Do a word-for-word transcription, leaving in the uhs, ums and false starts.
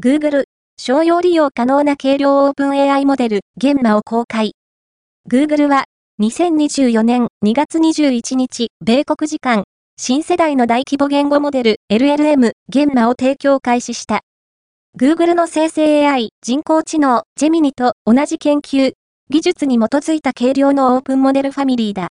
Google、商用利用可能な軽量オープン エーアイ モデル、ゲンマを公開。Google は、にせんにじゅうよねんにがつにじゅういちにち、米国時間、新世代の大規模言語モデル、エルエルエム、ゲンマを提供開始した。Google の生成 エーアイ、人工知能、ジェミニと同じ研究、技術に基づいた軽量のオープンモデルファミリーだ。